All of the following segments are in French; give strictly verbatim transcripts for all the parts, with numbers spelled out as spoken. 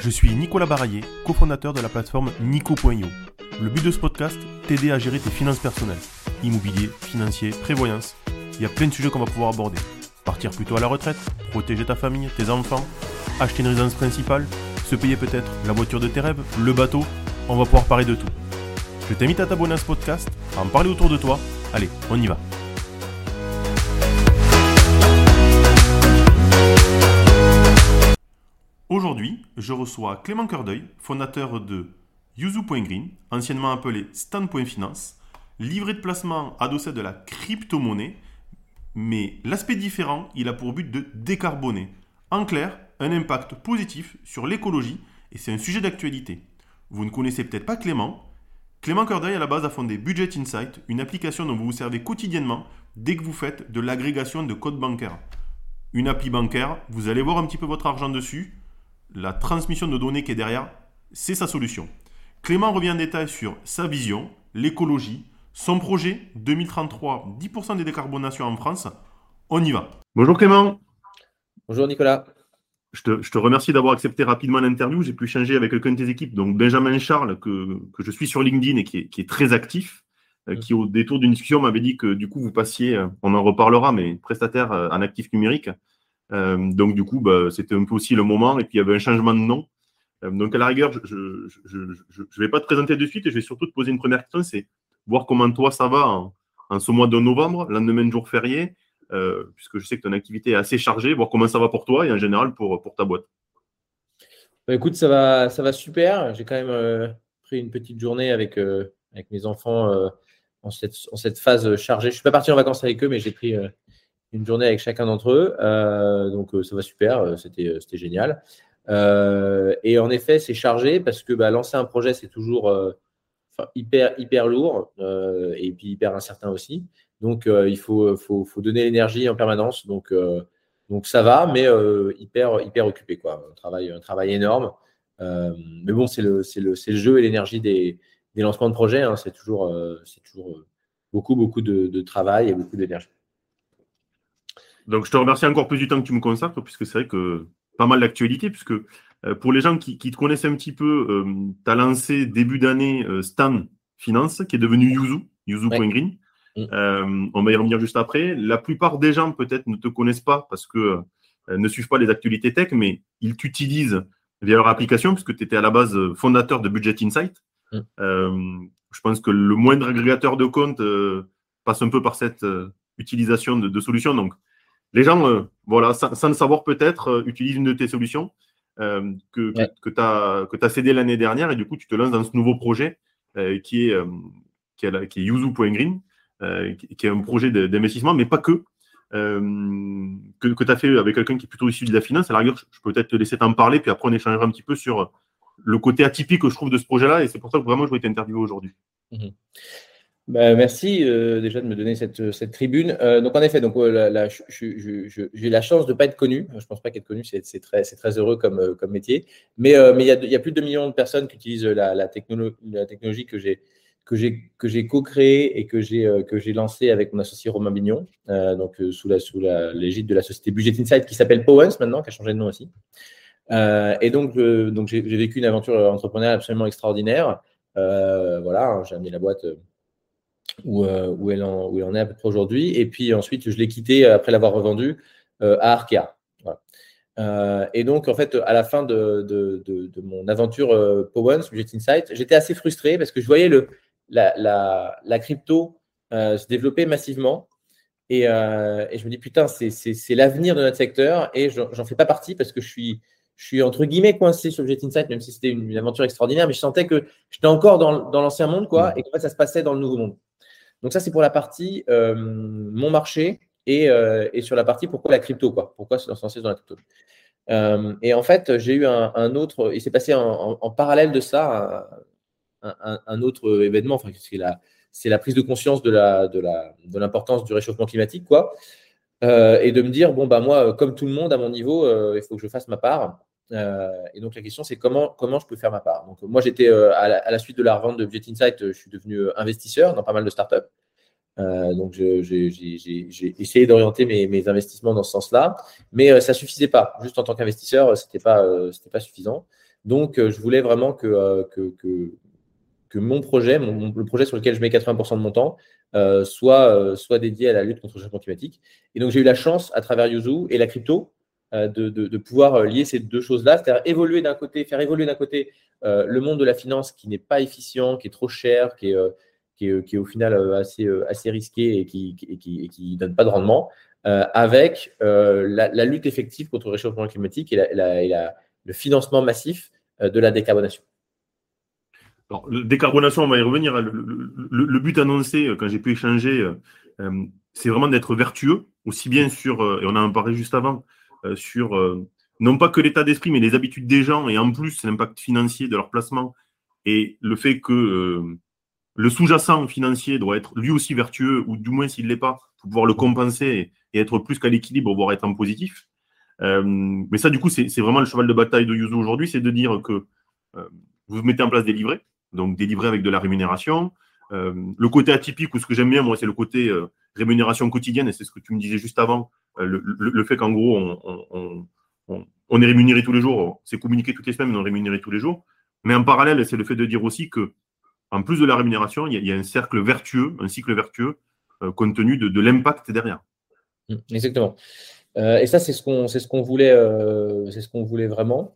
Je suis Nicolas Baraillé, cofondateur de la plateforme Nico point io. Le but de ce podcast, t'aider à gérer tes finances personnelles. Immobilier, financier, prévoyance. Il y a plein de sujets qu'on va pouvoir aborder. Partir plus tôt à la retraite, protéger ta famille, tes enfants, acheter une résidence principale, se payer peut-être la voiture de tes rêves, le bateau. On va pouvoir parler de tout. Je t'invite à t'abonner à ce podcast, à en parler autour de toi. Allez, on y va. Aujourd'hui, je reçois Clément Coeurdeuil, fondateur de Yuzu point green, anciennement appelé Stan point finance, livret de placement adossé de la crypto-monnaie, mais l'aspect différent, il a pour but de décarboner. En clair, un impact positif sur l'écologie et c'est un sujet d'actualité. Vous ne connaissez peut-être pas Clément. Clément Coeurdeuil à la base a fondé Budget Insight, une application dont vous vous servez quotidiennement dès que vous faites de l'agrégation de codes bancaires. Une appli bancaire, vous allez voir un petit peu votre argent dessus. La transmission de données qui est derrière, c'est sa solution. Clément revient en détail sur sa vision, l'écologie, son projet deux mille trente-trois, dix pour cent des décarbonations en France. On y va. Bonjour Clément. Bonjour Nicolas. Je te, je te remercie d'avoir accepté rapidement l'interview. J'ai pu échanger avec quelqu'un de tes équipes, donc Benjamin Charles, que, que je suis sur LinkedIn et qui est, qui est très actif, euh, qui au détour d'une discussion m'avait dit que du coup vous passiez, euh, on en reparlera, mais prestataire euh, en actif numérique. Euh, donc du coup, bah, c'était un peu aussi le moment et puis il y avait un changement de nom. Euh, donc à la rigueur, je ne je, je, je, je vais pas te présenter de suite et je vais surtout te poser une première question, c'est voir comment toi ça va en, en ce mois de novembre, lendemain de jour férié, euh, puisque je sais que ton activité est assez chargée, voir comment ça va pour toi et en général pour, pour ta boîte. Bah, écoute, ça va, ça va super. J'ai quand même euh, pris une petite journée avec, euh, avec mes enfants euh, en, cette, en cette phase chargée. Je ne suis pas parti en vacances avec eux, mais j'ai pris euh, une journée avec chacun d'entre eux. Euh, donc, euh, ça va super. C'était, c'était génial. Euh, et en effet, c'est chargé parce que bah, lancer un projet, c'est toujours euh, hyper, hyper lourd euh, et puis hyper incertain aussi. Donc, euh, il faut, faut, faut donner l'énergie en permanence. Donc, euh, donc ça va, mais euh, hyper, hyper occupé, quoi. Un travail, un travail énorme. Euh, mais bon, c'est le, c'est le, c'est le jeu et l'énergie des, des lancements de projets. Hein. C'est toujours, euh, c'est toujours beaucoup, beaucoup de, de travail et beaucoup d'énergie. Donc, je te remercie encore plus du temps que tu me consacres, puisque c'est vrai que pas mal d'actualité, puisque euh, pour les gens qui, qui te connaissent un petit peu, euh, tu as lancé début d'année euh, Stan Finance, qui est devenu Yuzu, Yuzu point green. Ouais. Euh, on va y revenir juste après. La plupart des gens, peut-être, ne te connaissent pas parce que euh, ne suivent pas les actualités tech, mais ils t'utilisent via leur application, puisque tu étais à la base fondateur de Budget Insight. Mm. Euh, je pense que le moindre agrégateur de comptes euh, passe un peu par cette euh, utilisation de, de solutions. Donc, les gens, euh, voilà, sans, sans le savoir peut-être, euh, utilisent une de tes solutions euh, que, que, ouais. que tu as que tu as cédé l'année dernière et du coup, tu te lances dans ce nouveau projet euh, qui est, euh, qui est, qui est Yuzu point green, euh, qui, qui est un projet de, d'investissement, mais pas que, euh, que, que tu as fait avec quelqu'un qui est plutôt issu de la finance. À la rigueur, je, je peux peut-être te laisser t'en parler, puis après, on échangera un petit peu sur le côté atypique que je trouve de ce projet-là et c'est pour ça que vraiment, je voulais t'interviewer aujourd'hui. Mmh. Bah, merci euh, déjà de me donner cette, cette tribune. Euh, donc en effet, donc, euh, là, là, je, je, je, j'ai la chance de ne pas être connu. Je ne pense pas qu'être connu, c'est, c'est, très, c'est très heureux comme, comme métier. Mais euh, mais il y a, il y a plus de deux millions de personnes qui utilisent la, la, technolo- la technologie que j'ai, que j'ai, que j'ai co-créée et que j'ai, euh, que j'ai lancée avec mon associé Romain Bignon, euh, donc, euh, sous, la, sous la, l'égide de la société Budget Insight qui s'appelle Powens maintenant, qui a changé de nom aussi. Euh, et donc, euh, donc j'ai, j'ai vécu une aventure entrepreneuriale absolument extraordinaire. Euh, voilà, j'ai amené la boîte Où, euh, où, elle en, où elle en est à peu près aujourd'hui. Et puis ensuite, je l'ai quitté après l'avoir revendu euh, à Arkea. Voilà. Euh, et donc, en fait, à la fin de, de, de, de mon aventure euh, Powens, Budget Insight, j'étais assez frustré parce que je voyais le, la, la, la crypto euh, se développer massivement. Et, euh, et je me dis, putain, c'est, c'est, c'est l'avenir de notre secteur et j'en, j'en fais pas partie parce que je suis, je suis entre guillemets coincé sur Budget Insight, même si c'était une, une aventure extraordinaire, mais je sentais que j'étais encore dans, dans l'ancien monde, quoi, mmh. et qu'en fait, ça se passait dans le nouveau monde. Donc ça, c'est pour la partie euh, mon marché et, euh, et sur la partie pourquoi la crypto, quoi. Pourquoi se lancer dans la crypto. Euh, et en fait, j'ai eu un, un autre, il s'est passé en, en, en parallèle de ça un, un, un autre événement, enfin, c'est la, c'est la prise de conscience de, la, de, la, de l'importance du réchauffement climatique, quoi. Euh, et de me dire, bon, bah moi, comme tout le monde à mon niveau, euh, il faut que je fasse ma part. Euh, et donc, la question, c'est comment, comment je peux faire ma part. Donc, moi, j'étais euh, à, la, à la suite de la revente de Budget Insight, je suis devenu investisseur dans pas mal de startups. Euh, donc, je, j'ai, j'ai, j'ai essayé d'orienter mes, mes investissements dans ce sens-là, mais euh, ça ne suffisait pas. Juste en tant qu'investisseur, ce n'était pas, euh, c'était pas suffisant. Donc, je voulais vraiment que, que, que, que mon projet, mon, le projet sur lequel je mets quatre-vingts pour cent de mon temps, euh, soit, euh, soit dédié à la lutte contre le changement climatique. Et donc, j'ai eu la chance, à travers Yuzu et la crypto, euh, de, de, de pouvoir lier ces deux choses-là, c'est-à-dire évoluer d'un côté, faire évoluer d'un côté euh, le monde de la finance qui n'est pas efficient, qui est trop cher, qui est, euh, qui est, qui est au final euh, assez, euh, assez risqué et qui ne qui, qui donne pas de rendement, euh, avec euh, la, la lutte effective contre le réchauffement climatique et, la, la, et la, le financement massif euh, de la décarbonation. Alors, la décarbonation, on va y revenir. Le, le, le, le but annoncé, quand j'ai pu échanger, euh, c'est vraiment d'être vertueux, aussi bien sur, euh, et on en a parlé juste avant, euh, sur euh, non pas que l'état d'esprit, mais les habitudes des gens, et en plus l'impact financier de leur placement, et le fait que euh, le sous-jacent financier doit être lui aussi vertueux, ou du moins s'il ne l'est pas, pour pouvoir le compenser et, et être plus qu'à l'équilibre, voire être en positif. Euh, mais ça, du coup, c'est vraiment le cheval de bataille de Yuzu aujourd'hui, c'est de dire que euh, vous mettez en place des livrets, donc des livrets avec de la rémunération. Euh, le côté atypique, ou ce que j'aime bien, moi, c'est le côté euh, rémunération quotidienne, et c'est ce que tu me disais juste avant, euh, le, le, le, fait qu'en gros, on, on, on, on est rémunéré tous les jours, c'est communiqué toutes les semaines, mais on est rémunéré tous les jours. Mais en parallèle, c'est le fait de dire aussi que, en plus de la rémunération, il y a, il y a un cercle vertueux, un cycle vertueux, euh, compte tenu de, de l'impact derrière. Exactement. Euh, et ça, c'est ce qu'on, c'est ce qu'on voulait, euh, c'est ce qu'on voulait vraiment,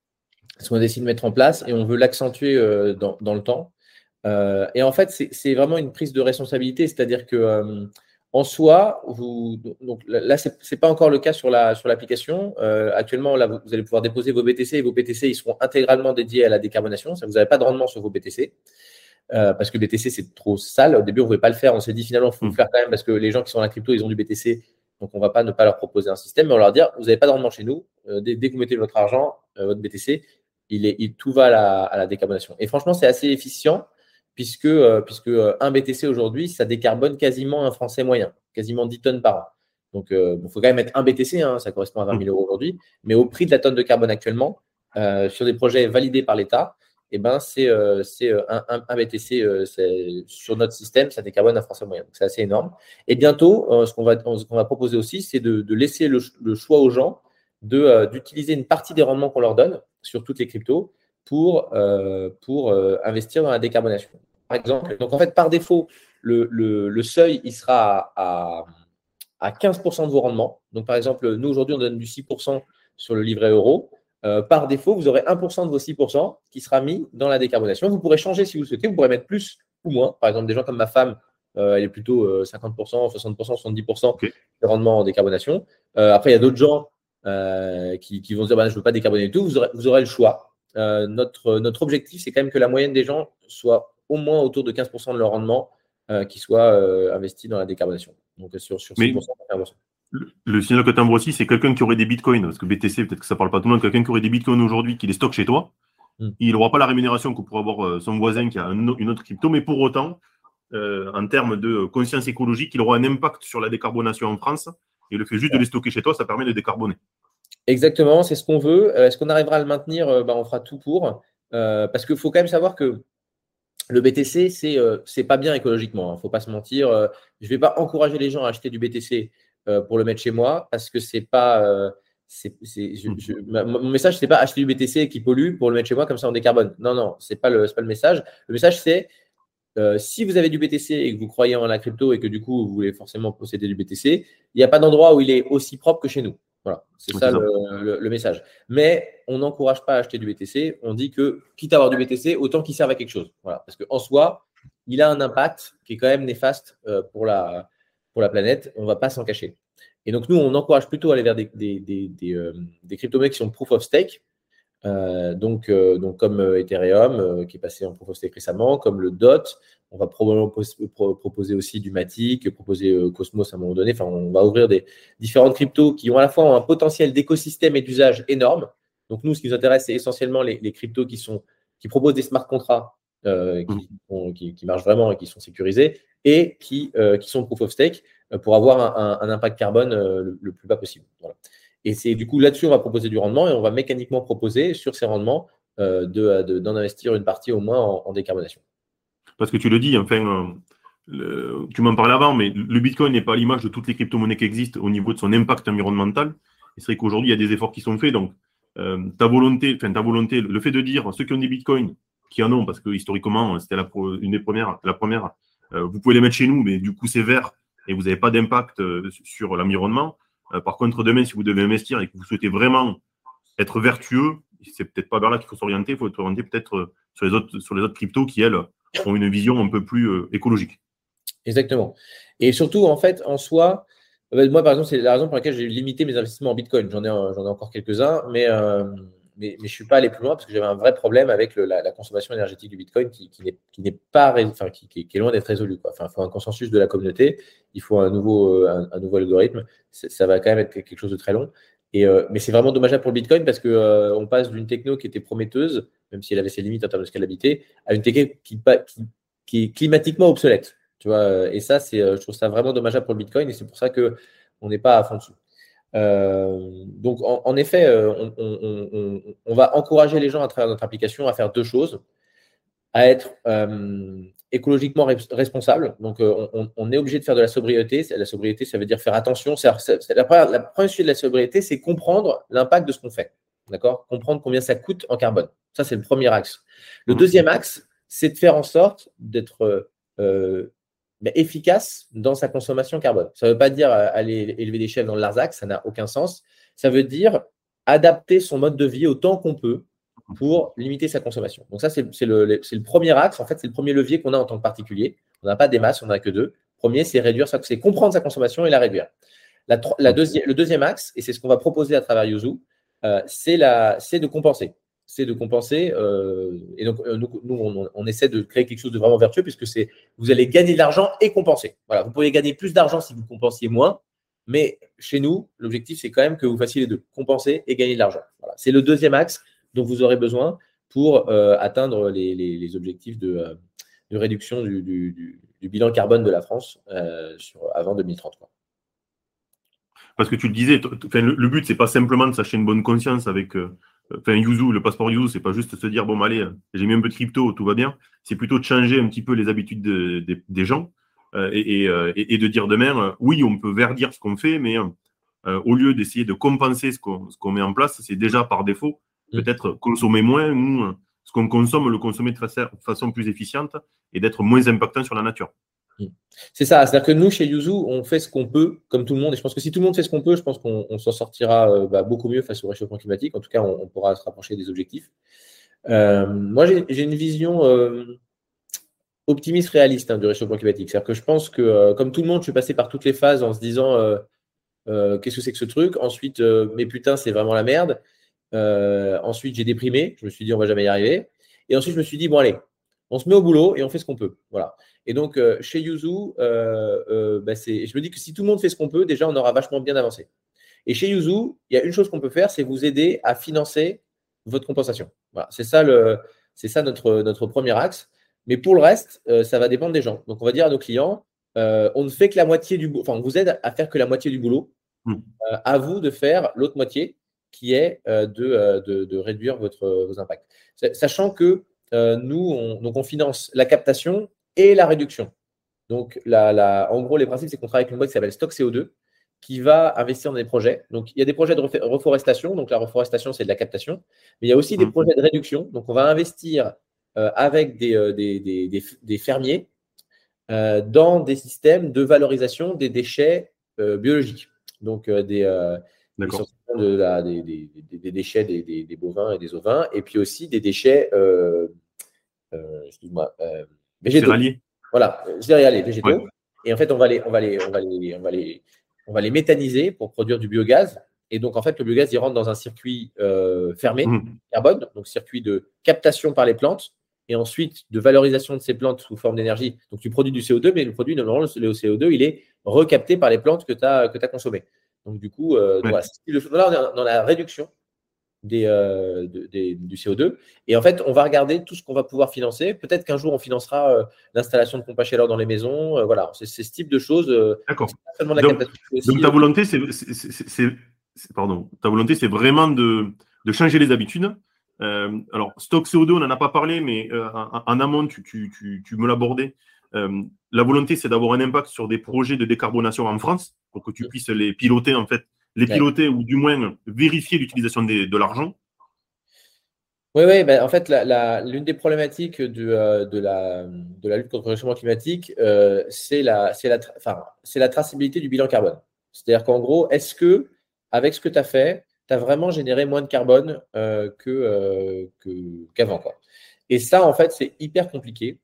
ce qu'on a décidé de mettre en place, et on veut l'accentuer euh, dans, dans le temps. Euh, et en fait, c'est vraiment une prise de responsabilité, c'est-à-dire que euh, en soi, vous, donc là, ce n'est pas encore le cas sur la sur l'application. Euh, actuellement, là, vous, vous allez pouvoir déposer vos B T C, et vos B T C, ils seront intégralement dédiés à la décarbonation. Ça, vous n'avez pas de rendement sur vos B T C. Euh, parce que B T C, c'est trop sale. Au début, on ne pouvait pas le faire. On s'est dit finalement, il faut le faire quand même parce que les gens qui sont dans la crypto, ils ont du B T C. Donc, on ne va pas ne pas leur proposer un système, mais on va leur dire, vous n'avez pas de rendement chez nous. Euh, dès, dès que vous mettez votre argent, euh, votre B T C, il est, il, tout va à la, à la décarbonation. Et franchement, c'est assez efficient puisque, euh, puisque euh, un B T C aujourd'hui, ça décarbone quasiment un Français moyen, quasiment dix tonnes par an. Donc, il euh, faut quand même mettre un B T C, hein, ça correspond à vingt mille euros aujourd'hui. Mais au prix de la tonne de carbone actuellement, euh, sur des projets validés par l'État, eh ben, c'est euh, un, un, un B T C euh, sur notre système, ça décarbone un Français moyen. C'est assez énorme. Et bientôt, euh, ce qu'on va, qu va proposer aussi, c'est de, de laisser le, le choix aux gens d'utiliser euh, une partie des rendements qu'on leur donne sur toutes les cryptos pour, euh, pour euh, investir dans la décarbonation. Par exemple, donc en fait, par défaut, le, le, le seuil, il sera à, à quinze pour cent de vos rendements. Donc, par exemple, nous, aujourd'hui, on donne du six pour cent sur le livret euro. Euh, par défaut, vous aurez un pour cent de vos six pour cent qui sera mis dans la décarbonation. Vous pourrez changer si vous le souhaitez. Vous pourrez mettre plus ou moins. Par exemple, des gens comme ma femme, euh, elle est plutôt euh, cinquante pour cent, soixante pour cent, soixante-dix pour cent okay. de rendement en décarbonation. Euh, après, il y a d'autres gens euh, qui, qui vont se dire bah, je ne veux pas décarboner du tout. Vous aurez, vous aurez le choix. Euh, notre, notre objectif, c'est quand même que la moyenne des gens soit au moins autour de quinze pour cent de leur rendement euh, qui soit euh, investi dans la décarbonation. Donc, sur, sur six pour cent, quinze pour cent. Le, le signal que tu envoies aussi, c'est quelqu'un qui aurait des bitcoins, parce que B T C, peut-être que ça ne parle pas tout le monde, quelqu'un qui aurait des bitcoins aujourd'hui, qui les stocke chez toi, mm. il n'aura pas la rémunération que pourrait avoir son voisin qui a un, une autre crypto, mais pour autant, euh, en termes de conscience écologique, il aura un impact sur la décarbonation en France, et le fait juste de les stocker chez toi, ça permet de décarboner. Exactement, c'est ce qu'on veut. Est-ce qu'on arrivera à le maintenir? euh, bah, On fera tout pour, euh, parce qu'il faut quand même savoir que le B T C, c'est euh, c'est pas bien écologiquement, il hein, ne faut pas se mentir. Euh, je ne vais pas encourager les gens à acheter du B T C euh, pour le mettre chez moi parce que c'est pas. Euh, c'est, c'est, je, je, ma, mon message, c'est pas acheter du B T C qui pollue pour le mettre chez moi comme ça on décarbone. Non, non, ce n'est pas, pas le message. Le message, c'est euh, si vous avez du B T C et que vous croyez en la crypto et que du coup vous voulez forcément posséder du B T C, il n'y a pas d'endroit où il est aussi propre que chez nous. Voilà, c'est ça, ça. Le, le, le message. Mais on n'encourage pas à acheter du B T C. On dit que, quitte à avoir du B T C, autant qu'il serve à quelque chose. Voilà, parce qu'en soi, il a un impact qui est quand même néfaste euh, pour, la, pour la planète. On ne va pas s'en cacher. Et donc, nous, on encourage plutôt à aller vers des, des, des, des, euh, des crypto-monnaies qui sont proof of stake. Euh, donc, euh, donc, comme euh, Ethereum, euh, qui est passé en proof of stake récemment, comme le D O T. On va probablement pro proposer aussi du Matic, proposer euh, Cosmos à un moment donné. Enfin, on va ouvrir des différentes cryptos qui ont à la fois un potentiel d'écosystème et d'usage énorme. Donc, nous, ce qui nous intéresse, c'est essentiellement les, les cryptos qui, sont, qui proposent des smart contracts euh, qui, mmh. qui, qui marchent vraiment et qui sont sécurisés et qui, euh, qui sont proof of stake euh, pour avoir un, un, un impact carbone euh, le, le plus bas possible. Voilà. Et c'est du coup là-dessus, on va proposer du rendement et on va mécaniquement proposer sur ces rendements euh, de, de, d'en investir une partie au moins en, en décarbonation. Parce que tu le dis, enfin, euh, le, tu m'en parlais avant, mais le Bitcoin n'est pas à l'image de toutes les crypto-monnaies qui existent au niveau de son impact environnemental. Et c'est vrai qu'aujourd'hui, il y a des efforts qui sont faits. Donc, euh, ta volonté, enfin ta volonté, le fait de dire ceux qui ont des bitcoins, qui en ont, parce que historiquement, c'était la pro, une des premières, la première, euh, vous pouvez les mettre chez nous, mais du coup, c'est vert et vous n'avez pas d'impact euh, sur l'environnement. Euh, par contre, demain, si vous devez investir et que vous souhaitez vraiment être vertueux, c'est peut-être pas vers là qu'il faut s'orienter, il faut s'orienter peut-être sur les autres, sur les autres cryptos qui, elles, ont une vision un peu plus euh, écologique. Exactement. Et surtout, en fait, en soi, moi, par exemple, c'est la raison pour laquelle j'ai limité mes investissements en Bitcoin. J'en ai, j'en ai encore quelques-uns, mais, euh, mais, mais je ne suis pas allé plus loin parce que j'avais un vrai problème avec le, la, la consommation énergétique du Bitcoin qui, qui n'est, qui n'est pas, enfin, qui, qui, qui est loin d'être résolu, quoi. Enfin, il faut un consensus de la communauté, il faut un nouveau, un, un nouveau algorithme. C'est, ça va quand même être quelque chose de très long. Et, euh, mais c'est vraiment dommageable pour le Bitcoin parce qu'on euh, passe d'une techno qui était prometteuse, même si elle avait ses limites en termes de scalabilité, à une techno qui, qui, qui est climatiquement obsolète. Tu vois, et ça, c'est, je trouve ça vraiment dommageable pour le Bitcoin et c'est pour ça qu'on n'est pas à fond dessus. Euh, donc, en, en effet, on, on, on, on va encourager les gens à travers notre application à faire deux choses, à être euh, écologiquement responsable. Donc, euh, on, on est obligé de faire de la sobriété. La sobriété, ça veut dire faire attention. C'est, c'est, la, première, la première suite de la sobriété, c'est comprendre l'impact de ce qu'on fait. D'accord ? Comprendre combien ça coûte en carbone. Ça, c'est le premier axe. Le deuxième axe, c'est de faire en sorte d'être euh, mais efficace dans sa consommation carbone. Ça ne veut pas dire aller élever des chèvres dans le Larzac, ça n'a aucun sens. Ça veut dire adapter son mode de vie autant qu'on peut pour limiter sa consommation. Donc ça, c'est, c'est, le, c'est le premier axe. En fait, c'est le premier levier qu'on a en tant que particulier. On n'a pas des masses, on n'en a que deux. Premier, c'est réduire, c'est comprendre sa consommation et la réduire. La, la deuxi- le deuxième axe, et c'est ce qu'on va proposer à travers Yuzu, euh, c'est, la, c'est de compenser. C'est de compenser. Euh, et donc, euh, nous, nous on, on essaie de créer quelque chose de vraiment vertueux puisque c'est, vous allez gagner de l'argent et compenser. Voilà, vous pouvez gagner plus d'argent si vous compensiez moins, mais chez nous, l'objectif, c'est quand même que vous fassiez les deux, compenser et gagner de l'argent. Voilà. C'est le deuxième axe dont vous aurez besoin pour euh, atteindre les, les, les objectifs de, euh, de réduction du, du, du, du bilan carbone de la France euh, sur, avant deux mille trente. Quoi. Parce que tu le disais, le, le but, c'est pas simplement de s'acheter une bonne conscience avec euh, enfin, Yuzu, le passeport Yuzu, c'est pas juste se dire, bon, allez, j'ai mis un peu de crypto, tout va bien. C'est plutôt de changer un petit peu les habitudes de, de, des gens euh, et, et, et de dire demain, euh, oui, on peut verdir ce qu'on fait, mais euh, au lieu d'essayer de compenser ce qu'on, ce qu'on met en place, c'est déjà par défaut, peut-être consommer moins ou ce qu'on consomme, le consommer de façon plus efficiente et d'être moins impactant sur la nature. C'est ça, c'est-à-dire que nous, chez Yuzu, on fait ce qu'on peut, comme tout le monde, et je pense que si tout le monde fait ce qu'on peut, je pense qu'on on s'en sortira euh, bah, beaucoup mieux face au réchauffement climatique. En tout cas, on, on pourra se rapprocher des objectifs. Euh, moi, j'ai, j'ai une vision euh, optimiste, réaliste hein, du réchauffement climatique. C'est-à-dire que je pense que, euh, comme tout le monde, je suis passé par toutes les phases en se disant euh, euh, qu'est-ce que c'est que ce truc ? Ensuite, euh, mais putain, c'est vraiment la merde. Euh, ensuite, j'ai déprimé. Je me suis dit, on va jamais y arriver. Et ensuite, je me suis dit, bon, allez, on se met au boulot et on fait ce qu'on peut. Voilà. Et donc, euh, chez Yuzu, euh, euh, bah c'est, je me dis que si tout le monde fait ce qu'on peut, déjà, on aura vachement bien avancé. Et chez Yuzu, il y a une chose qu'on peut faire, c'est vous aider à financer votre compensation. Voilà. C'est ça, le, c'est ça notre, notre premier axe. Mais pour le reste, euh, ça va dépendre des gens. Donc, on va dire à nos clients, euh, on ne fait que la moitié du boulot. Enfin, on vous aide à faire que la moitié du boulot. Mmh. Euh, à vous de faire l'autre moitié, qui est euh, de, euh, de, de réduire votre, vos impacts. Sachant que euh, nous, on, donc on finance la captation et la réduction. Donc, la, la, en gros, les principes, c'est qu'on travaille avec une boîte qui s'appelle Stock C O deux, qui va investir dans des projets. Donc, il y a des projets de reforestation. Donc, la reforestation, c'est de la captation. Mais il y a aussi des projets de réduction. Donc, on va investir euh, avec des, euh, des, des, des, des fermiers euh, dans des systèmes de valorisation des déchets euh, biologiques. Donc, euh, des, euh, de la, des, des, des déchets des, des, des bovins et des ovins, et puis aussi des déchets euh, euh, excuse-moi, euh, végétaux. Céréaliers. Voilà, céréaliers, végétaux. Ouais. Et en fait, on va les, on va les, on va les, on va les, on va les méthaniser pour produire du biogaz. Et donc, en fait, le biogaz, il rentre dans un circuit euh, fermé, mmh. carbone, donc circuit de captation par les plantes, et ensuite de valorisation de ces plantes sous forme d'énergie. Donc, tu produis du C O deux, mais le produit, normalement, le C O deux, il est recapté par les plantes que tu as que tu as consommées. Donc, du coup, euh, ouais. voilà, là, on est dans la réduction des, euh, de, des, du C O deux. Et en fait, on va regarder tout ce qu'on va pouvoir financer. Peut-être qu'un jour, on financera euh, l'installation de pompes à chaleur dans les maisons. Euh, voilà, c'est, c'est ce type de choses. Euh, D'accord. Donc, donc, ta volonté, c'est, c'est, c'est, c'est, c'est, pardon, ta volonté, c'est vraiment de, de changer les habitudes. Euh, alors, stock C O deux, on n'en a pas parlé, mais euh, en, en amont, tu, tu, tu, tu me l'abordais. Euh, la volonté, c'est d'avoir un impact sur des projets de décarbonation en France pour que tu puisses les piloter, en fait, les piloter ouais. ou du moins vérifier l'utilisation des, de l'argent. Oui, oui, ben, en fait, la, la- l'une des problématiques du, euh, de, la, de la lutte contre le réchauffement climatique, euh, c'est la, c'est la, tra- enfin, c'est la traçabilité du bilan carbone. C'est-à-dire qu'en gros, est-ce que, avec ce que tu as fait, tu as vraiment généré moins de carbone euh, que, euh, que- qu'avant, quoi. Et ça, en fait, c'est hyper compliqué.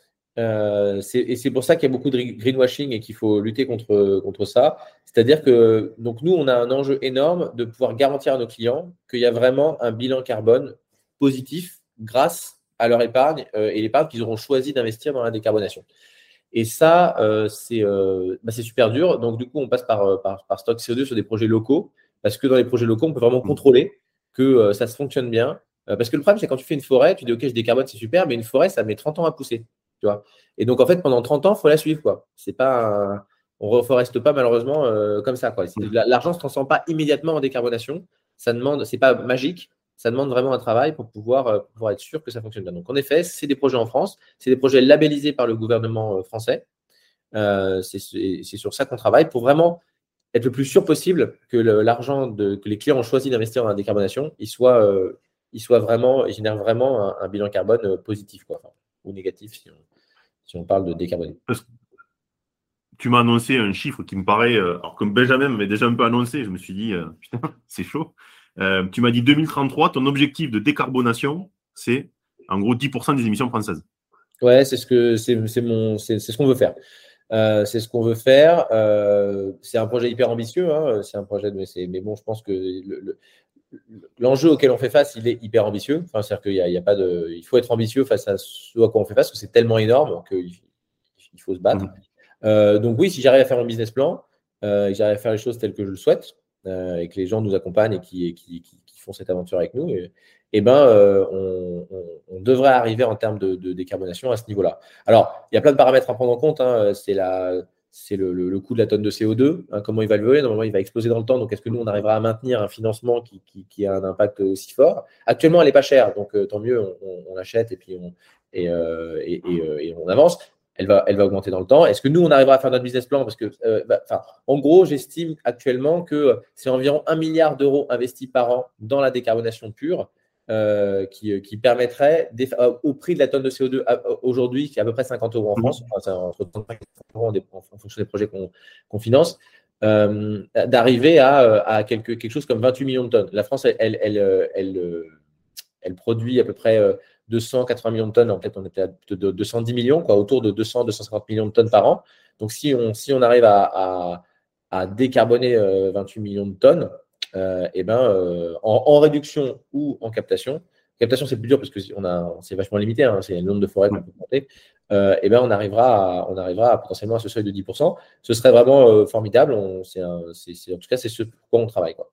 Euh, c'est- et c'est pour ça qu'il y a beaucoup de greenwashing et qu'il faut lutter contre, contre ça. C'est-à-dire que donc nous, on a un enjeu énorme de pouvoir garantir à nos clients qu'il y a vraiment un bilan carbone positif grâce à leur épargne euh, et l'épargne qu'ils auront choisi d'investir dans la décarbonation. Et ça, euh, c'est euh, bah, c'est super dur. Donc, du coup, on passe par, euh, par, par stock C O deux sur des projets locaux parce que dans les projets locaux, on peut vraiment Mm. contrôler que euh, ça se fonctionne bien. Euh, parce que le problème, c'est quand tu fais une forêt, tu dis, OK, je décarbone, c'est super, mais une forêt, ça met trente ans à pousser. Tu vois. Et donc, en fait, pendant trente ans, il faut la suivre, quoi. C'est pas un- On ne reforeste pas, malheureusement, euh, comme ça, quoi. C'est- la- L'argent ne se transforme pas immédiatement en décarbonation. Ça demande, c'est pas magique. Ça demande vraiment un travail pour pouvoir, euh, pour pouvoir être sûr que ça fonctionne bien. Donc, en effet, c'est des projets en France. C'est des projets labellisés par le gouvernement euh, français. Euh, c'est c'est- c'est sur ça qu'on travaille pour vraiment être le plus sûr possible que le- l'argent de- que les clients ont choisi d'investir dans la décarbonation, il soit, euh, il soit vraiment, il génère vraiment un, un bilan carbone euh, positif, quoi. Enfin, ou négatif si on, si on parle de décarboner. Parce que tu m'as annoncé un chiffre qui me paraît, euh, alors comme Benjamin m'avait déjà un peu annoncé, je me suis dit, euh, putain, c'est chaud. Euh, tu m'as dit deux mille trente-trois, ton objectif de décarbonation, c'est en gros dix pour cent des émissions françaises. Ouais, c'est ce que c'est c'est mon c'est c'est ce qu'on veut faire. Euh, c'est ce qu'on veut faire. Euh, c'est un projet hyper ambitieux, hein. C'est un projet de c'est mais bon, je pense que le, le- l'enjeu auquel on fait face, il est hyper ambitieux. Enfin, c'est-à-dire qu'il y a, il y a pas de, il faut être ambitieux face à ce à quoi on fait face, parce que c'est tellement énorme qu'il il faut se battre. Mhm. Euh, donc oui, si j'arrive à faire mon business plan, euh, et que j'arrive à faire les choses telles que je le souhaite, euh, et que les gens nous accompagnent et qui, et qui, qui, qui font cette aventure avec nous, et, et ben, euh, on, on, on devrait arriver en termes de, de décarbonation à ce niveau-là. Alors, il y a plein de paramètres à prendre en compte, hein. C'est la, c'est le, le, le coût de la tonne de C O deux, hein, comment il va évoluer. Normalement, il va exploser dans le temps. Donc, est-ce que nous, on arrivera à maintenir un financement qui, qui, qui a un impact aussi fort? Actuellement, elle n'est pas chère, donc euh, tant mieux, on, on, on achète et puis on, et, euh, et, et, euh, et on avance. Elle va, elle va augmenter dans le temps. Est-ce que nous, on arrivera à faire notre business plan? Parce que, euh, bah, en gros, j'estime actuellement que c'est environ un milliard d'euros investis par an dans la décarbonation pure. Euh, qui, qui, permettrait, euh, au prix de la tonne de C O deux euh, aujourd'hui, qui est à peu près cinquante euros en France, Mhm. enfin, entre trente-cinq et cinquante euros en, en, fonction des projets qu'on qu'on finance, euh, d'arriver à, à quelque, quelque chose comme vingt-huit millions de tonnes. La France, elle, elle, elle, elle, elle, elle produit à peu près deux cent quatre-vingts millions de tonnes. En fait, on était à deux cent dix millions, quoi, autour de deux cents à deux cent cinquante millions de tonnes par an. Donc, si on, si on arrive à, à, à décarboner euh, vingt-huit millions de tonnes, euh, et ben, euh, en, en réduction ou en captation, captation, c'est plus dur parce que on a, c'est vachement limité, hein, c'est le nombre de forêts qu'on peut compter. Euh, et ben, on arrivera, à, on arrivera à, potentiellement à ce seuil de dix pour cent. Ce serait vraiment euh, formidable. On, c'est un, c'est, c'est, en tout cas, c'est ce pour quoi on travaille, quoi.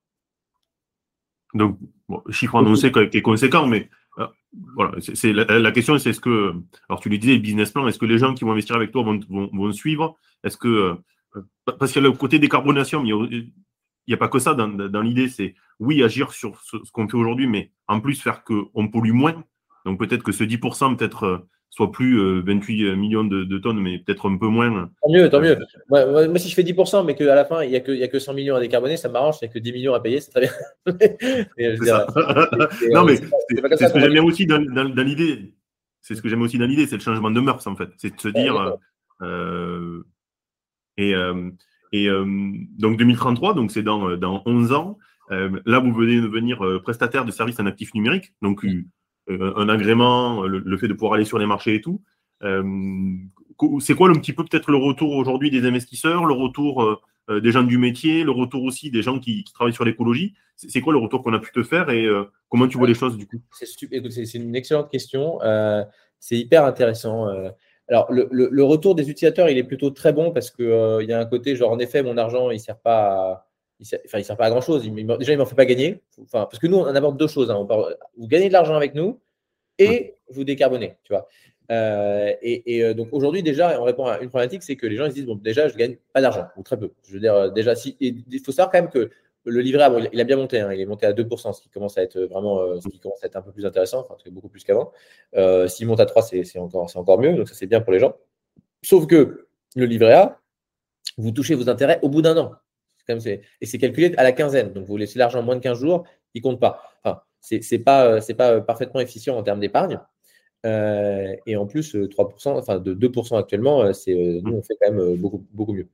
Donc, bon, chiffre annoncé qui est conséquent, mais euh, voilà, c'est c'est la, la question, c'est est-ce que, alors tu lui disais, le business plan, est-ce que les gens qui vont investir avec toi vont, vont, vont suivre? Est-ce que, euh, parce qu'il y a le côté décarbonation, mais il n'y a, a pas que ça dans, dans l'idée, c'est oui, agir sur ce, ce qu'on fait aujourd'hui, mais en plus faire qu'on pollue moins. Donc peut-être que ce dix pour cent peut-être euh, soit plus euh, vingt-huit millions de, de tonnes, mais peut-être un peu moins. Tant mieux, tant Euh, mieux. Moi, moi, si je fais dix pour cent, mais qu'à la fin, il n'y a, a que cent millions à décarboner, ça m'arrange, il n'y a que dix millions à payer, c'est très bien. Et je C'est ça. dirais, c'est Non, euh, mais c'est pas, c'est c'est pas comme c'est ça ce que qu'on va j'aime bien décarboner. aussi dans, dans- dans l'idée. C'est ce que j'aime aussi dans l'idée, c'est le changement de mœurs, en fait. C'est de se Ouais, dire. exactement. euh, et euh, et euh, donc deux mille trente-trois, donc c'est dans, dans onze ans. Euh, là, vous venez de devenir euh, prestataire de services en actifs numériques, donc euh, un agrément, le, le fait de pouvoir aller sur les marchés et tout. Euh, c'est quoi un petit peu peut-être le retour aujourd'hui des investisseurs, le retour euh, des gens du métier, le retour aussi des gens qui, qui travaillent sur l'écologie? C'est c'est quoi le retour qu'on a pu te faire et euh, comment tu vois les choses du coup? C'est stu- écoute, c'est- c'est une excellente question. Euh, c'est hyper intéressant. Euh, alors, le, le- le retour des utilisateurs, il est plutôt très bon parce qu'il euh, y a un côté, genre, en effet, mon argent, il ne sert pas à, il sert, enfin, il sert pas à grand-chose. Il, il- déjà, il ne m'en fait pas gagner. Enfin, parce que nous, on aborde deux choses, hein. On parle- vous gagnez de l'argent avec nous et vous décarbonez, tu vois. Euh, et, et, euh, donc aujourd'hui, déjà, on répond à une problématique, c'est que les gens ils se disent, bon, déjà, je gagne pas d'argent, ou très peu. Je veux dire, euh, déjà, si, et il faut savoir quand même que le livret A, bon, il a bien monté, hein, il est monté à deux pour cent, ce qui commence à être vraiment, euh, ce qui commence à être un peu plus intéressant, enfin, c'est beaucoup plus qu'avant. Euh, S'il monte à trois, c'est c'est encore, c'est encore mieux, donc ça, c'est bien pour les gens. Sauf que le livret A, vous touchez vos intérêts au bout d'un an. Comme c'est- et c'est calculé à la quinzaine. Donc, vous laissez l'argent moins de quinze jours, il ne compte pas. Enfin, c'est c'est pas, c'est pas parfaitement efficient en termes d'épargne. Euh, et en plus, trois pour cent, enfin de deux pour cent actuellement, c'est, nous, on fait quand même beaucoup, beaucoup mieux.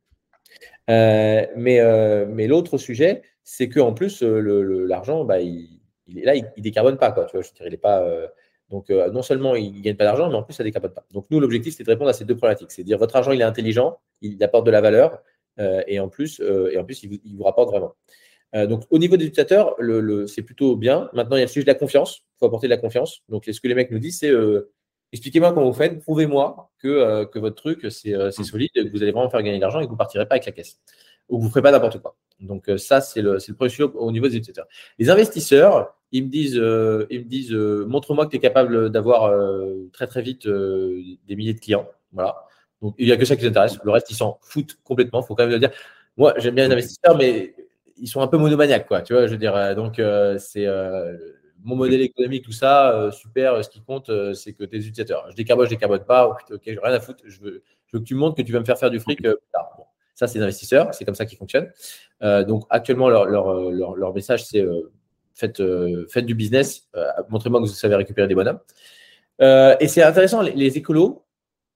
Euh, mais euh, mais l'autre sujet, c'est qu'en plus, le, le, l'argent, bah, il, il est là, il ne décarbone pas. Quoi, tu vois, je veux dire, il est pas, euh, donc, euh, non seulement il ne gagne pas d'argent, mais en plus, ça ne décarbone pas. Donc, nous, l'objectif, c'est de répondre à ces deux problématiques. C'est de dire, votre argent, il est intelligent, il apporte de la valeur, euh, et en plus, euh, et en plus il, vous, il vous rapporte vraiment. Euh, donc, au niveau des utilisateurs, le, le, c'est plutôt bien. Maintenant, il y a le sujet de la confiance. Il faut apporter de la confiance. Donc, ce que les mecs nous disent, c'est euh, expliquez-moi comment vous faites, prouvez-moi que, euh, que votre truc, c'est, euh, c'est solide, que vous allez vraiment faire gagner de l'argent et que vous ne partirez pas avec la caisse. Ou que vous ne ferez pas n'importe quoi. Donc, euh, ça, c'est le, c'est le premier sujet au niveau des utilisateurs. Les investisseurs, ils me disent, euh, ils me disent euh, montre-moi que tu es capable d'avoir euh, très, très vite euh, des milliers de clients. Voilà. Donc, il n'y a que ça qui les intéresse. Le reste, ils s'en foutent complètement. Il faut quand même le dire. Moi, j'aime bien les investisseurs, mais ils sont un peu monomaniaques, quoi. Tu vois, je veux dire, donc, euh, c'est euh, mon modèle économique, tout ça, euh, super. Ce qui compte, euh, c'est que tes utilisateurs. Je décarbone, je décarbone pas. Ok, j'ai rien à foutre. Je veux, je veux que tu montres que tu vas me faire faire du fric. Euh, bon, ça, c'est les investisseurs. C'est comme ça qu'ils fonctionnent. Euh, donc, actuellement, leur, leur, leur, leur message, c'est euh, faites, euh, faites du business. Euh, montrez-moi que vous savez récupérer des bonhommes. Euh, et c'est intéressant, les, les écolos,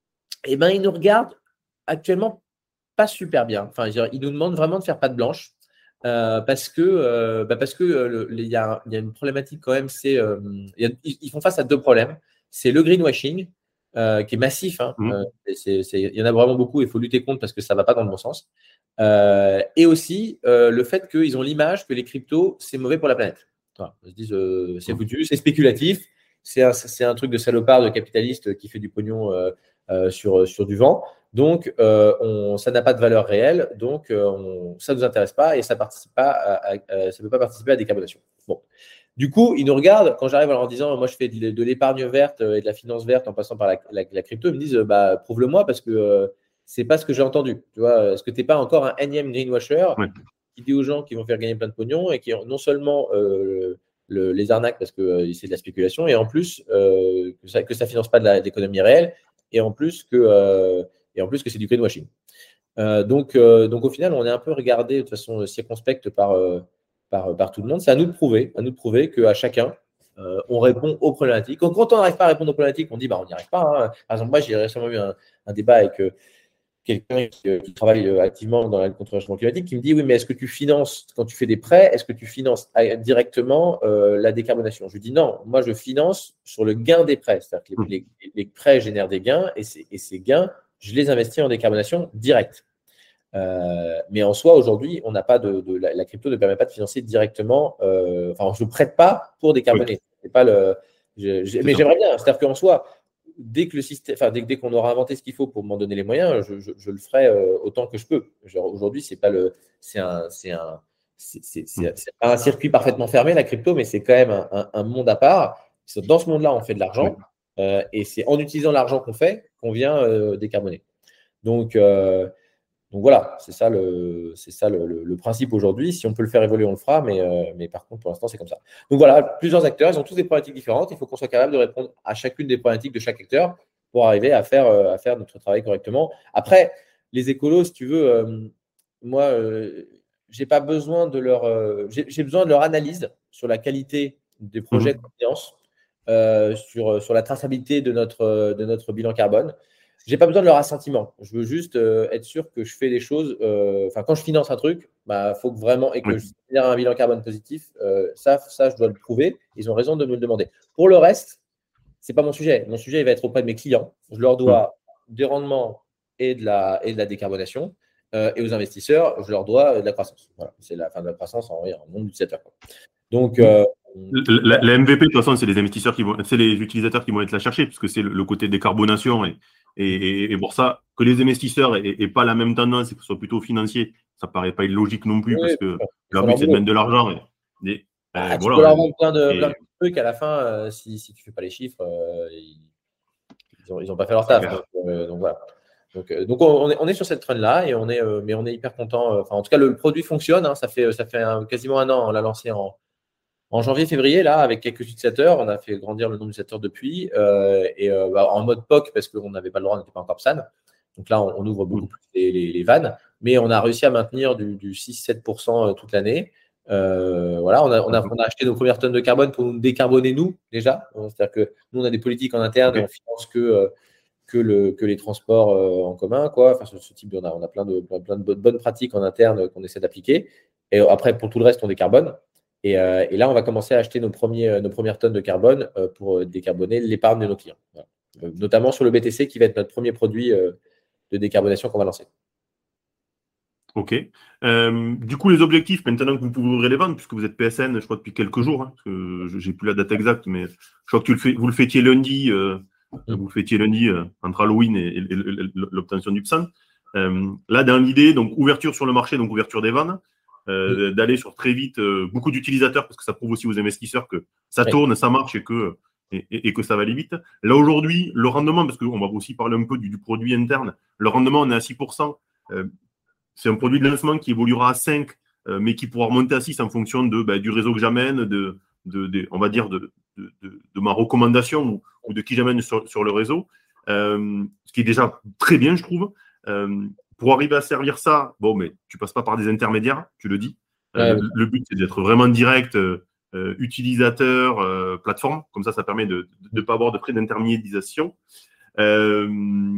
eh ben, ils nous regardent actuellement pas super bien. Enfin, je dirais, ils nous demandent vraiment de faire patte blanche. Euh, parce que euh, bah parce que euh, il y, y a une problématique quand même, c'est euh, y a, ils font face à deux problèmes. C'est le greenwashing euh, qui est massif. Hein, mmh. euh, c'est, c'est, il y en a vraiment beaucoup. Il faut lutter contre parce que ça va pas dans le bon sens. Euh, et aussi euh, le fait qu'ils ont l'image que les cryptos c'est mauvais pour la planète. Enfin, ils se disent euh, c'est foutu, c'est spéculatif, c'est un, c'est un truc de salopard, de capitaliste qui fait du pognon euh, euh, sur sur du vent. Donc, euh, on, ça n'a pas de valeur réelle, donc euh, on, ça ne nous intéresse pas et ça participe pas à, à, à, ça ne peut pas participer à la décarbonation. Bon. Du coup, ils nous regardent, quand j'arrive en leur disant « moi, je fais de, de l'épargne verte et de la finance verte en passant par la, la, la crypto », ils me disent bah, « prouve-le-moi parce que euh, ce n'est pas ce que j'ai entendu. Tu vois, est-ce que tu n'es pas encore un énième greenwasher ouais. qui dit aux gens qu'ils vont faire gagner plein de pognon et qui non seulement euh, le, les arnaques parce que euh, c'est de la spéculation et en plus euh, que ça ne que ça finance pas de, la, de l'économie réelle et en plus que… Euh, Et en plus que c'est du greenwashing. Euh, donc, euh, donc, au final, on est un peu regardé de façon circonspecte par, euh, par, par tout le monde. C'est à nous de prouver, à nous de prouver qu'à chacun, euh, on répond aux problématiques. Quand, quand on n'arrive pas à répondre aux problématiques, on dit bah, on n'y arrive pas. Hein. Par exemple, moi, j'ai récemment eu un, un débat avec euh, quelqu'un qui, euh, qui travaille activement dans la lutte contre le changement climatique qui me dit oui, mais est-ce que tu finances, quand tu fais des prêts, est-ce que tu finances directement euh, la décarbonation? Je lui dis non, moi, je finance sur le gain des prêts. C'est-à-dire que les, les, les prêts génèrent des gains et, et ces gains, je les investis en décarbonation directe. Euh, mais en soi, aujourd'hui, on n'a pas de, de la, la crypto ne permet pas de financer directement. Euh, enfin, je ne prête pas pour décarboner. Oui. C'est pas le. Je, je, mais ça. J'aimerais bien. C'est-à-dire qu'en soi, dès que le système, enfin, dès, dès qu'on aura inventé ce qu'il faut pour m'en donner les moyens, je, je, je le ferai euh, autant que je peux. Genre, aujourd'hui, c'est pas le, c'est un, c'est un, c'est, c'est, c'est, c'est pas un circuit parfaitement fermé la crypto, mais c'est quand même un, un, un monde à part. Dans ce monde-là, on fait de l'argent. Oui. Euh, et c'est en utilisant l'argent qu'on fait qu'on vient euh, décarboner. Donc, euh, donc voilà, c'est ça le, c'est ça le, le, le principe aujourd'hui. Si on peut le faire évoluer, on le fera, mais, euh, mais par contre, pour l'instant, c'est comme ça. Donc voilà, plusieurs acteurs, ils ont tous des problématiques différentes. Il faut qu'on soit capable de répondre à chacune des problématiques de chaque acteur pour arriver à faire, euh, à faire notre travail correctement. Après, les écolos, si tu veux, euh, moi, euh, j'ai pas besoin de leur, euh, j'ai, j'ai besoin de leur analyse sur la qualité des projets mmh. de finance. Euh, sur, sur la traçabilité de notre, de notre bilan carbone. Je n'ai pas besoin de leur assentiment. Je veux juste euh, être sûr que je fais des choses. Enfin, euh, quand je finance un truc, bah, faut que vraiment et que oui. je génère un bilan carbone positif. Euh, ça, ça, je dois le prouver. Ils ont raison de me le demander. Pour le reste, c'est pas mon sujet. Mon sujet, il va être auprès de mes clients. Je leur dois mmh. des rendements et de la, et de la décarbonation. Euh, et aux investisseurs, je leur dois de la croissance. Voilà. C'est la fin de la croissance en, en nombre d'utilisateurs. Donc, euh, la, la M V P, de toute façon, c'est les investisseurs qui vont, c'est les utilisateurs qui vont être la chercher, puisque c'est le, le côté décarbonation. Et, et, et pour ça, que les investisseurs n'aient pas la même tendance et que ce soit plutôt financier, ça ne paraît pas illogique non plus, oui, parce que leur but, c'est de mettre de l'argent. Et, et, ah, et tu voilà, peux leur vendre plein de, et, plein de trucs à la fin, euh, si, si tu ne fais pas les chiffres, euh, ils n'ont ils ont pas fait leur taf. Donc, euh, donc voilà. Donc, euh, donc on, est, on est sur cette trend-là, et on est, euh, mais on est hyper content. Enfin, en tout cas, le, le produit fonctionne. Hein, ça fait, ça fait un, quasiment un an. On l'a lancé en, en janvier-février, là, avec quelques utilisateurs. On a fait grandir le nombre d'utilisateurs depuis, euh, et euh, bah, en mode P O C, parce qu'on n'avait pas le droit, on n'était pas encore P S A N. Donc là, on, on ouvre beaucoup plus les, les, les vannes, mais on a réussi à maintenir du, du six à sept pour cent toute l'année. Euh, voilà, on a, on, a, on a acheté nos premières tonnes de carbone pour nous décarboner, nous, déjà. C'est-à-dire que nous, on a des politiques en interne okay. et on finance que, euh, que, le, que les transports euh, en commun, quoi. Enfin, ce, ce type, on a, on a plein de, plein, plein de bonnes pratiques en interne qu'on essaie d'appliquer. Et après, pour tout le reste, on décarbone. Et, euh, et là, on va commencer à acheter nos, premiers, nos premières tonnes de carbone euh, pour décarboner l'épargne de nos clients. Voilà. Euh, notamment sur le B T C, qui va être notre premier produit euh, de décarbonation qu'on va lancer. Ok. Euh, du coup, les objectifs, maintenant que vous pouvez ouvrir les ventes, puisque vous êtes P S N, je crois, depuis quelques jours, hein, parce que je n'ai plus la date exacte, mais je crois que tu le fais, vous le fêtiez lundi, euh, mmh. vous le fêtiez lundi euh, entre Halloween et, et, et, et l'obtention du P S A N. Euh, là, dans l'idée, donc ouverture sur le marché, donc ouverture des vannes, euh, mmh. d'aller sur très vite euh, beaucoup d'utilisateurs, parce que ça prouve aussi aux investisseurs que ça tourne, oui. ça marche et que, et, et, et que ça va aller vite. Là, aujourd'hui, le rendement, parce qu'on va aussi parler un peu du, du produit interne, le rendement, on est à six pour cent. Euh, C'est un produit de lancement qui évoluera à cinq, euh, mais qui pourra remonter à six en fonction de, bah, du réseau que j'amène, de, de, de, on va dire, de, de, de, de ma recommandation ou, ou de qui j'amène sur, sur le réseau. Euh, ce qui est déjà très bien, je trouve. Euh, pour arriver à servir ça, bon, mais tu ne passes pas par des intermédiaires, tu le dis. Euh, ouais, le, le but, c'est d'être vraiment direct, euh, utilisateur, euh, plateforme. Comme ça, ça permet de ne pas avoir de frais d'intermédiation. Euh,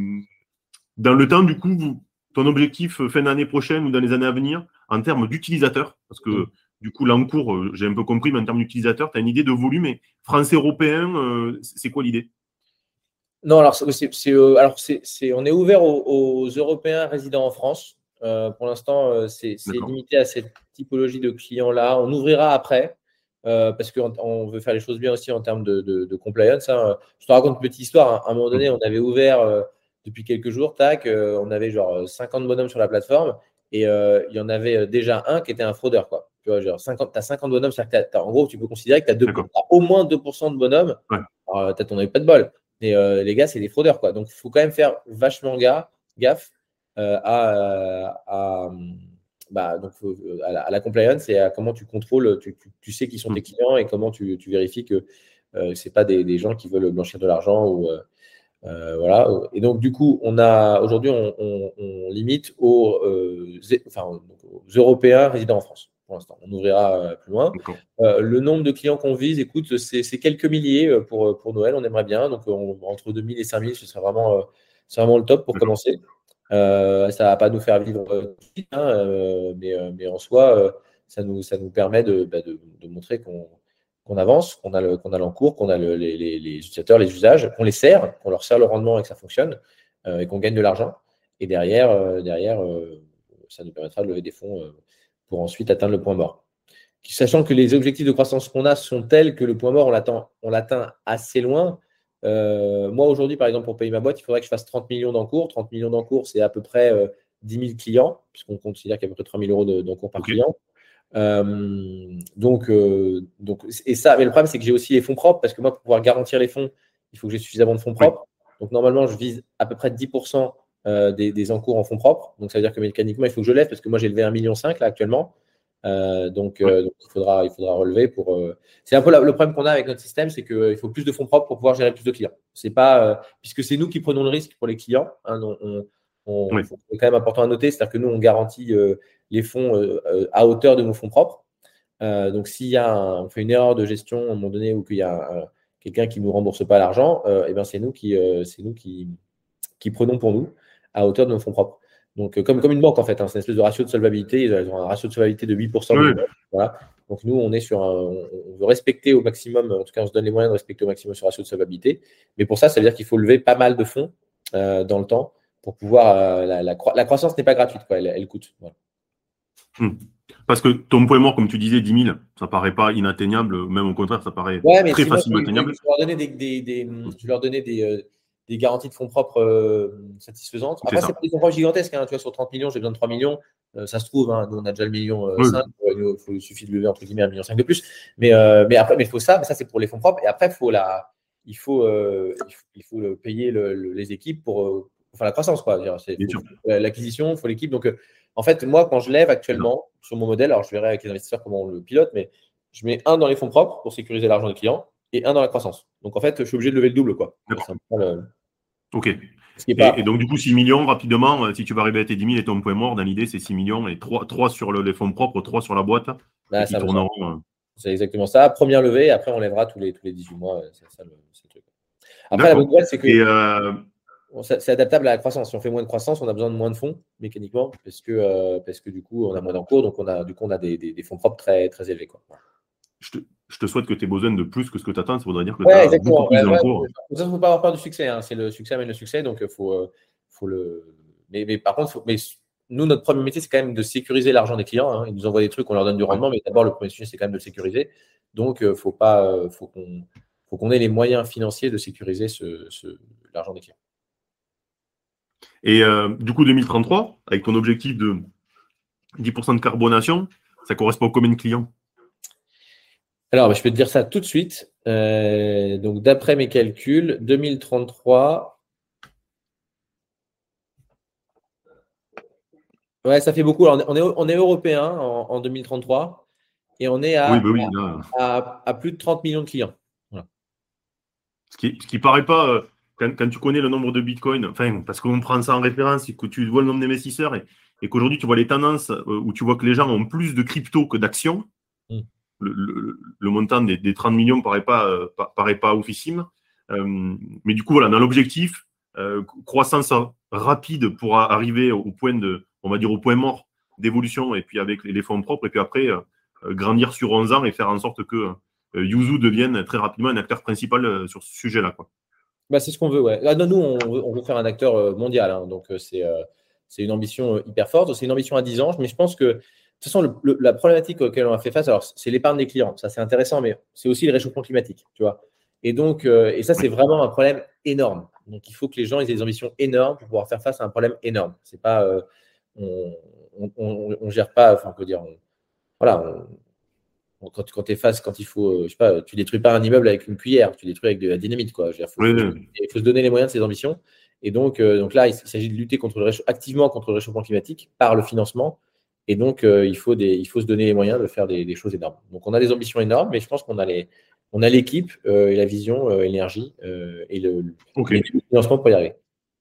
dans le temps, du coup, vous ton objectif fin d'année prochaine ou dans les années à venir en termes d'utilisateurs, parce que mmh. du coup, là en cours, euh, j'ai un peu compris, mais en termes d'utilisateurs, tu as une idée de volume, mais français-européen, euh, c'est quoi l'idée? Non, alors, c'est, c'est, euh, alors c'est, c'est, on est ouvert aux, aux Européens résidant en France. Euh, pour l'instant, euh, c'est, c'est limité à cette typologie de clients-là. On ouvrira après, euh, parce qu'on on veut faire les choses bien aussi en termes de, de, de compliance. Hein. Je te raconte une petite histoire. À un moment donné, on avait ouvert... Euh, depuis quelques jours, tac, euh, on avait genre cinquante bonhommes sur la plateforme et euh, il y en avait déjà un qui était un fraudeur, quoi. Tu vois, genre cinquante, tu as cinquante bonhommes, c'est-à-dire que t'as, en gros, tu peux considérer que tu as au moins deux pour cent de bonhommes. Ouais. Alors, peut-être on n'avait pas de bol, mais euh, les gars, c'est des fraudeurs, quoi. Donc, il faut quand même faire vachement gaffe, gaffe euh, à, à, bah, donc, à, la, à la compliance et à comment tu contrôles, tu, tu, tu sais qui sont tes clients et comment tu, tu vérifies que euh, ce n'est pas des, des gens qui veulent blanchir de l'argent ou. Euh, Euh, voilà. Et donc, du coup, on a aujourd'hui, on, on, on limite aux, euh, enfin, aux Européens résidant en France pour l'instant. On ouvrira euh, plus loin. Euh, le nombre de clients qu'on vise, écoute, c'est, c'est quelques milliers pour, pour Noël. On aimerait bien. Donc, on, entre deux mille et cinq mille, ce serait vraiment, euh, c'est vraiment le top pour commencer. Euh, ça ne va pas nous faire vivre tout de suite, hein, euh, mais, mais en soi, euh, ça, nous, ça nous permet de, bah, de, de montrer qu'on qu'on avance, qu'on a, le, qu'on a l'encours, qu'on a le, les, les, les utilisateurs, les usages, qu'on les sert, qu'on leur sert le rendement et que ça fonctionne, euh, et qu'on gagne de l'argent. Et derrière, euh, derrière euh, ça nous permettra de lever des fonds euh, pour ensuite atteindre le point mort. Sachant que les objectifs de croissance qu'on a sont tels que le point mort, on l'atteint, on l'atteint assez loin. Euh, moi, aujourd'hui, par exemple, pour payer ma boîte, il faudrait que je fasse trente millions d'encours. trente millions d'encours, c'est à peu près euh, dix mille clients, puisqu'on considère qu'il y a à peu près trois mille euros de, d'encours par okay. client. Euh, donc, euh, donc, et ça, mais le problème, c'est que j'ai aussi les fonds propres parce que moi, pour pouvoir garantir les fonds, il faut que j'ai suffisamment de fonds propres. Oui. Donc, normalement, je vise à peu près dix pour cent euh, des, des encours en fonds propres. Donc, ça veut dire que mécaniquement, il faut que je lève parce que moi, j'ai levé un virgule cinq million là actuellement. Euh, donc, oui. euh, donc, il faudra, il faudra relever pour. Euh... C'est un peu la, le problème qu'on a avec notre système, c'est qu'il faut plus de fonds propres pour pouvoir gérer plus de clients. C'est pas euh, puisque c'est nous qui prenons le risque pour les clients. Hein, on, on, on, oui. C'est quand même important à noter, c'est-à-dire que nous, on garantit euh, les fonds euh, à hauteur de nos fonds propres. Euh, donc, s'il y a un, on fait une erreur de gestion à un moment donné ou qu'il y a un, un, quelqu'un qui ne nous rembourse pas l'argent, euh, eh ben, c'est nous, qui, euh, c'est nous qui, qui prenons pour nous à hauteur de nos fonds propres. Donc, euh, comme, comme une banque, en fait, hein, c'est une espèce de ratio de solvabilité. Ils ont un ratio de solvabilité de huit pour cent. Oui. Voilà. Donc, nous, on est sur un, on veut respecter au maximum, en tout cas, on se donne les moyens de respecter au maximum ce ratio de solvabilité. Mais pour ça, ça veut dire qu'il faut lever pas mal de fonds euh, dans le temps pour pouvoir. Euh, la, la, la croissance n'est pas gratuite, quoi, elle, elle coûte. Voilà. Hum. Parce que ton point mort, comme tu disais, dix mille, ça ne paraît pas inatteignable, même au contraire, ça paraît ouais, mais très sinon, facilement je, atteignable. Je leur donnais des, des, des, je leur donnais des, euh, des garanties de fonds propres euh, satisfaisantes. Après, ce n'est pas des fonds propres gigantesques. Hein, tu vois, sur trente millions, j'ai besoin de trois millions. Euh, ça se trouve, hein, nous, on a déjà le million euh, oui. cinq. Euh, il, faut, il suffit de lever entre guillemets un million cinq de plus. Mais, euh, mais après, mais il faut ça. Mais ça, c'est pour les fonds propres. Et après, il faut, la, il faut, euh, il faut, il faut payer le, le, les équipes pour, euh, pour faire la croissance. Quoi. C'est, faut, l'acquisition, il faut l'équipe. Donc, euh, en fait, moi, quand je lève actuellement non. sur mon modèle, alors je verrai avec les investisseurs comment on le pilote, mais je mets un dans les fonds propres pour sécuriser l'argent des clients et un dans la croissance. Donc, en fait, je suis obligé de lever le double. Quoi. D'accord. Le... OK. Et, pas... et donc, du coup, six millions, rapidement, si tu vas arriver à tes dix mille et ton point mort, dans l'idée, c'est six millions et trois, trois sur le, les fonds propres, trois sur la boîte. Bah, et qui ça, tourneront. Euh... C'est exactement ça. Première levée, après on lèvera tous les, tous les dix-huit mois. C'est ça le, c'est le truc. Après, la bonne nouvelle, c'est que et, euh... c'est adaptable à la croissance. Si on fait moins de croissance, on a besoin de moins de fonds mécaniquement, parce que, euh, parce que du coup, on a moins d'encours, donc on a, du coup, on a des, des, des fonds propres très, très élevés, quoi. Je te, je te souhaite que tu aies besoin de plus que ce que tu attends. Ça voudrait dire que ouais, tu as beaucoup plus ouais, d'encours. Ouais, il ne faut pas avoir peur du succès. Hein. C'est le succès amène le succès, donc il faut, euh, faut le. Mais, mais par contre, faut... mais nous, notre premier métier, c'est quand même de sécuriser l'argent des clients. Hein. Ils nous envoient des trucs, on leur donne du rendement, mais d'abord, le premier sujet, c'est quand même de le sécuriser. Donc, il euh, faut pas, euh, faut qu'on, faut qu'on ait les moyens financiers de sécuriser ce, ce, l'argent des clients. Et euh, du coup, deux mille trente-trois, avec ton objectif de dix pour cent de carbonation, ça correspond à combien de clients? Alors, je peux te dire ça tout de suite. Euh, donc, d'après mes calculs, deux mille trente-trois. Ouais, ça fait beaucoup. Alors, on est, on est européen en, en deux mille trente-trois et on est à, oui, bah oui, à, à, à plus de trente millions de clients. Voilà. Ce qui, ce qui paraît pas, euh, quand, quand tu connais le nombre de bitcoins, enfin, parce qu'on prend ça en référence et que tu vois le nombre d'investisseurs et, et qu'aujourd'hui tu vois les tendances euh, où tu vois que les gens ont plus de crypto que d'actions, mm. le, le, le montant des, des trente millions paraît pas, euh, paraît pas oufissime. Euh, mais du coup, voilà, dans l'objectif, euh, croissance rapide pour arriver au point de, on va dire, au point mort d'évolution et puis avec les fonds propres et puis après euh, grandir sur onze ans et faire en sorte que euh, Yuzu devienne très rapidement un acteur principal euh, sur ce sujet-là, quoi. Bah, c'est ce qu'on veut, ouais. Là, nous, on veut, on veut faire un acteur mondial, hein, donc c'est euh, c'est une ambition hyper forte. C'est une ambition à dix ans, mais je pense que de toute façon, le, le, la problématique auquel on a fait face, alors c'est l'épargne des clients, ça c'est intéressant, mais c'est aussi le réchauffement climatique, tu vois. Et donc, euh, et ça c'est vraiment un problème énorme. Donc, il faut que les gens aient des ambitions énormes pour pouvoir faire face à un problème énorme. C'est pas, euh, on, on, on, on gère pas, enfin, on peut dire, on, voilà. On, Quand, quand tu es face, quand il faut, je sais pas, tu détruis pas un immeuble avec une cuillère, tu détruis avec de la dynamite, quoi. Il faut, oui, faut, oui. faut se donner les moyens de ses ambitions. Et donc, euh, donc là, il, il s'agit de lutter contre le activement contre le réchauffement climatique par le financement. Et donc, euh, il, faut des, il faut se donner les moyens de faire des, des choses énormes. Donc, on a des ambitions énormes, mais je pense qu'on a les, on a l'équipe euh, et la vision, euh, l'énergie euh, et le, okay. le financement pour y arriver.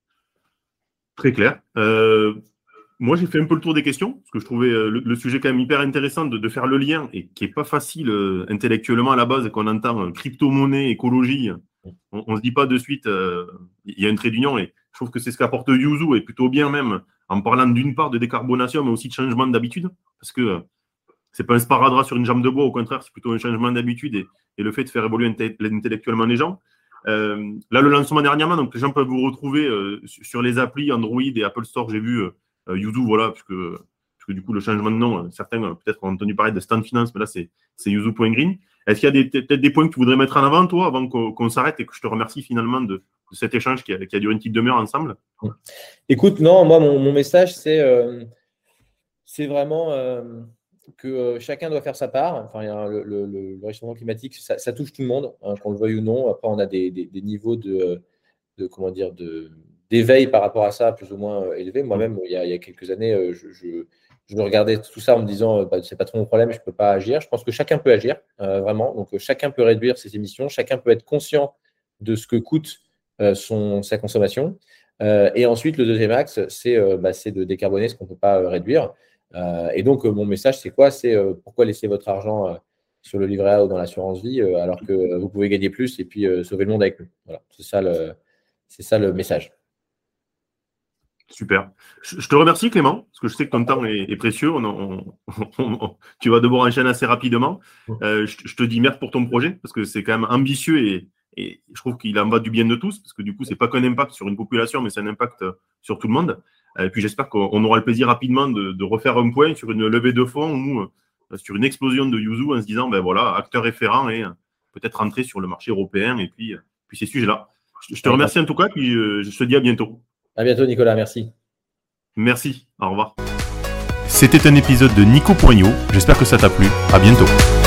Très clair. Euh... Moi, j'ai fait un peu le tour des questions, parce que je trouvais le, le sujet quand même hyper intéressant de, de faire le lien, et qui n'est pas facile euh, intellectuellement à la base, qu'on entend euh, crypto-monnaie, écologie. On ne se dit pas de suite, il euh, y a un trait d'union, et je trouve que c'est ce qu'apporte Yuzu, et plutôt bien même, en parlant d'une part de décarbonation, mais aussi de changement d'habitude, parce que euh, ce n'est pas un sparadrap sur une jambe de bois, au contraire, c'est plutôt un changement d'habitude, et, et le fait de faire évoluer intellectuellement les gens. Euh, là, le lancement dernièrement, donc les gens peuvent vous retrouver euh, sur les applis Android et Apple Store, j'ai vu... Euh, Euh, Yuzu, voilà, puisque, puisque du coup, le changement de nom, certains euh, peut-être ont entendu parler de Stand Finance, mais là, c'est, c'est Yuzu point green. Est-ce qu'il y a des, peut-être des points que tu voudrais mettre en avant, toi, avant qu'on, qu'on s'arrête et que je te remercie finalement de, de cet échange qui a, qui a duré une petite demi-heure ensemble? Écoute, non, moi, mon, mon message, c'est, euh, c'est vraiment euh, que euh, chacun doit faire sa part. Enfin, il y a le, le, le réchauffement climatique, ça, ça touche tout le monde, hein, qu'on le veuille ou non. Après, on a des, des, des niveaux de, de, comment dire, de d'éveil par rapport à ça plus ou moins euh, élevé. Moi-même, il y, a, il y a quelques années, euh, je, je, je regardais tout ça en me disant, euh, bah, c'est pas trop mon problème, je peux pas agir. Je pense que chacun peut agir, euh, vraiment. Donc, euh, chacun peut réduire ses émissions, chacun peut être conscient de ce que coûte euh, son, sa consommation. Euh, et ensuite, le deuxième axe, c'est, euh, bah, c'est de décarboner ce qu'on ne peut pas euh, réduire. Euh, et donc, euh, mon message, c'est quoi? C'est euh, pourquoi laisser votre argent euh, sur le livret A ou dans l'assurance vie euh, alors que euh, vous pouvez gagner plus et puis euh, sauver le monde avec nous. Voilà, c'est ça le, c'est ça le message. Super. Je te remercie, Clément, parce que je sais que ton temps est, est précieux. On, on, on, on, tu vas devoir enchaîner assez rapidement. Euh, je, je te dis merci pour ton projet, parce que c'est quand même ambitieux et, et je trouve qu'il en va du bien de tous, parce que du coup, c'est pas qu'un impact sur une population, mais c'est un impact sur tout le monde. Et puis, j'espère qu'on aura le plaisir rapidement de, de refaire un point sur une levée de fonds ou sur une explosion de Yuzu en se disant, ben voilà, acteur référent et peut-être rentrer sur le marché européen et puis, puis ces sujets-là. Je, je te remercie en tout cas, puis je te dis à bientôt. À bientôt, Nicolas. Merci. Merci. Au revoir. C'était un épisode de Nico point io. J'espère que ça t'a plu. À bientôt.